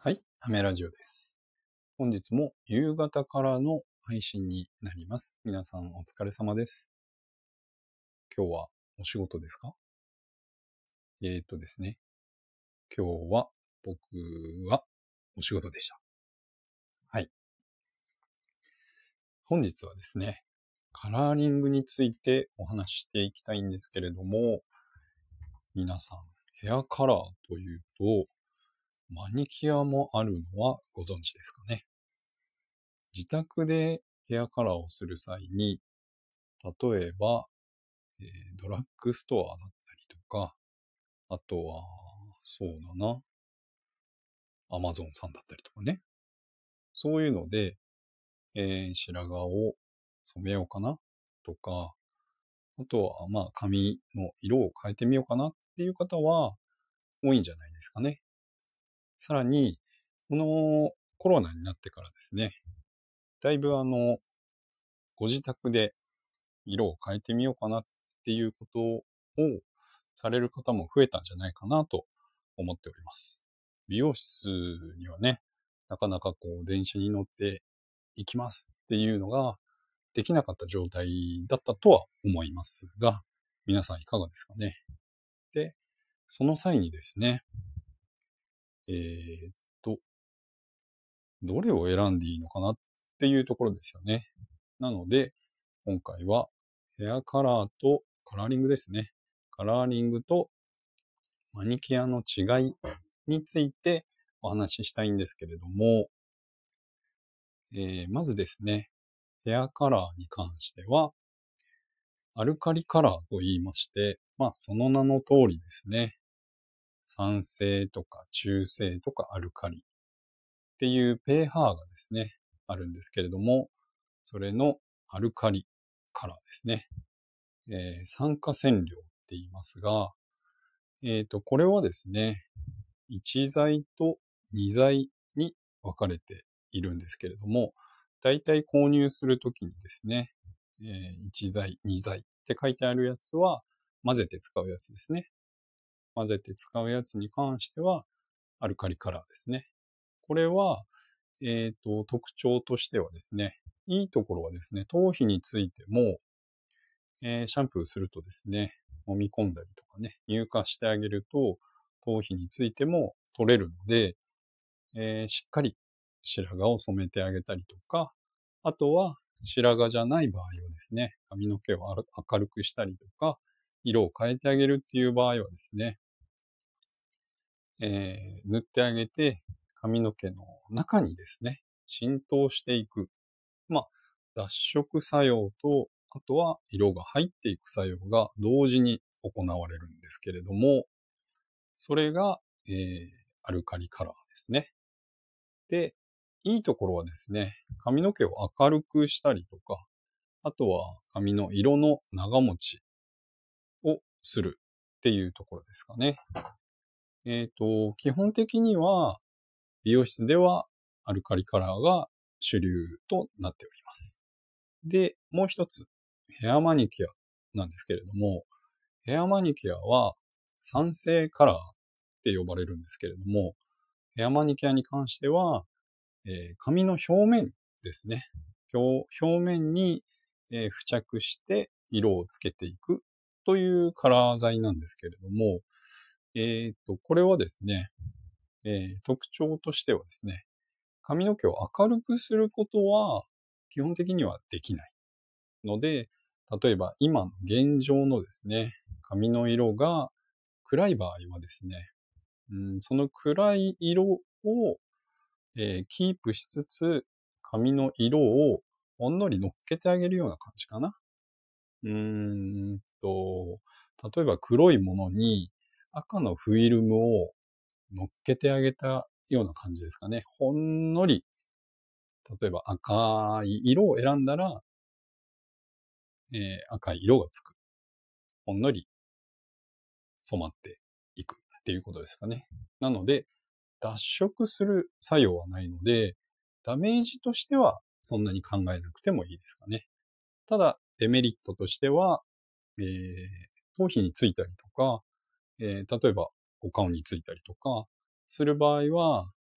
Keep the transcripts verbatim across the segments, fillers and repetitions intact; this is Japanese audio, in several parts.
はい、アメラジオです。本日も夕方からの配信になります。皆さんお疲れ様です。今日はお仕事ですか？えーとですね、今日は僕はお仕事でした。はい。本日はですね、カラーリングについてお話ししていきたいんですけれども、皆さん、ヘアカラーというと、マニキュアもあるのはご存知ですかね。自宅でヘアカラーをする際に、例えば、えードラッグストアだったりとか、あとは、そうだな、アマゾンさんだったりとかね。そういうので、えー白髪を染めようかなとか、あとは、まあ、髪の色を変えてみようかなっていう方は多いんじゃないですかね。さらに、このコロナになってからですね、だいぶあの、ご自宅で色を変えてみようかなっていうことをされる方も増えたんじゃないかなと思っております。美容室にはね、なかなかこう電車に乗って行きますっていうのができなかった状態だったとは思いますが、皆さんいかがですかね。で、その際にですね、えーっと、どれを選んでいいのかなっていうところですよね。なので、今回はヘアカラーとカラーリングですね。カラーリングとマニキュアの違いについてお話ししたいんですけれども、えーまずですね、ヘアカラーに関しては、アルカリカラーと言いまして、まあその名の通りですね、酸性とか中性とかアルカリっていう pH がですね、あるんですけれども、それのアルカリカラーですね。えー酸化染料って言いますが、えっと、これはですね、いち剤とに剤に分かれているんですけれども、だいたい購入するときにですね、えーいち剤、に剤って書いてあるやつは混ぜて使うやつですね。混ぜて使うやつに関してはアルカリカラーですね。これは、えっと、特徴としてはですね、いいところはですね、頭皮についても、えーシャンプーするとですね、揉み込んだりとかね、乳化してあげると、頭皮についても取れるので、えーしっかり白髪を染めてあげたりとか、あとは白髪じゃない場合はですね、髪の毛を明るくしたりとか、色を変えてあげるっていう場合はですね、えー塗ってあげて髪の毛の中にですね、浸透していく。まあ、脱色作用と、あとは色が入っていく作用が同時に行われるんですけれども、それが、えーアルカリカラーですね。で、いいところはですね、髪の毛を明るくしたりとか、あとは髪の色の長持ちをするっていうところですかね。えっと、基本的には美容室ではアルカリカラーが主流となっております。で、もう一つ、ヘアマニキュアなんですけれども、ヘアマニキュアは酸性カラーって呼ばれるんですけれども、ヘアマニキュアに関しては、えー髪の表面ですね。表表面に、えー付着して色をつけていくというカラー剤なんですけれども、えっと、これはですね、えー特徴としてはですね、髪の毛を明るくすることは基本的にはできないので、例えば今の現状のですね、髪の色が暗い場合はですね、うん、その暗い色をえーキープしつつ、髪の色をほんのり乗っけてあげるような感じかな。うーんと、例えば黒いものに赤のフィルムを乗っけてあげたような感じですかね。ほんのり、例えば赤い色を選んだら、えー赤い色がつく。ほんのり染まっていくっていうことですかね。なので、脱色する作用はないので、ダメージとしてはそんなに考えなくてもいいですかね。ただ、デメリットとしては、えー、頭皮についたりとか、えー、例えばお顔についたりとかする場合は、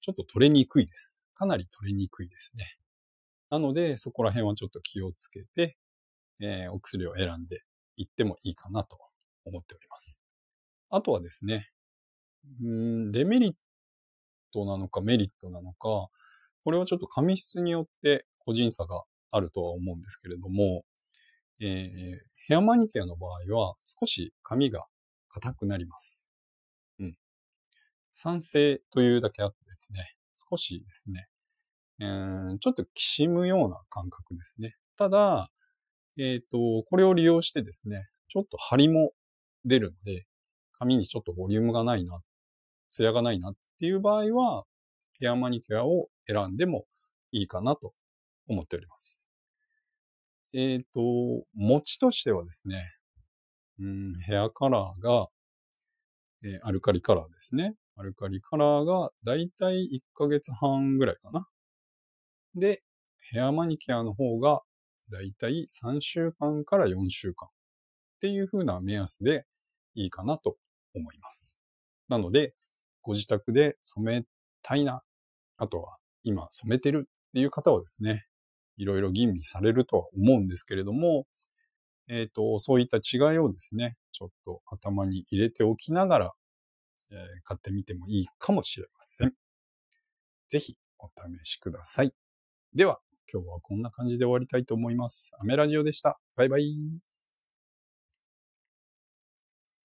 ちょっと取れにくいです。かなり取れにくいですね。なので、そこら辺はちょっと気をつけて、えー、お薬を選んでいってもいいかなと思っております。あとはですね、うーんデメリットなのかメリットなのか、これはちょっと紙質によって個人差があるとは思うんですけれども、えー、ヘアマニキュアの場合は少し髪が硬くなります。うん。酸性というだけあってですね、少しですね、えー、ちょっときしむような感覚ですね。ただ、えっと、これを利用してですね、ちょっと張りも出るので、髪にちょっとボリュームがないな、ツヤがないなっていう場合は、ヘアマニキュアを選んでもいいかなと思っております。えっと、持ちとしてはですね、うん、ヘアカラーが、えーアルカリカラーですね。アルカリカラーがだいたいいっかげつはんぐらいかな。で、ヘアマニキュアの方がだいたいさんしゅうかんからよんしゅうかんっていう風な目安でいいかなと思います。なので、ご自宅で染めたいな、あとは今染めてるっていう方はですね、いろいろ吟味されるとは思うんですけれども、えっと、そういった違いをですね、ちょっと頭に入れておきながら、えー買ってみてもいいかもしれません。ぜひお試しください。では、今日はこんな感じで終わりたいと思います。アメラジオでした。バイバイ。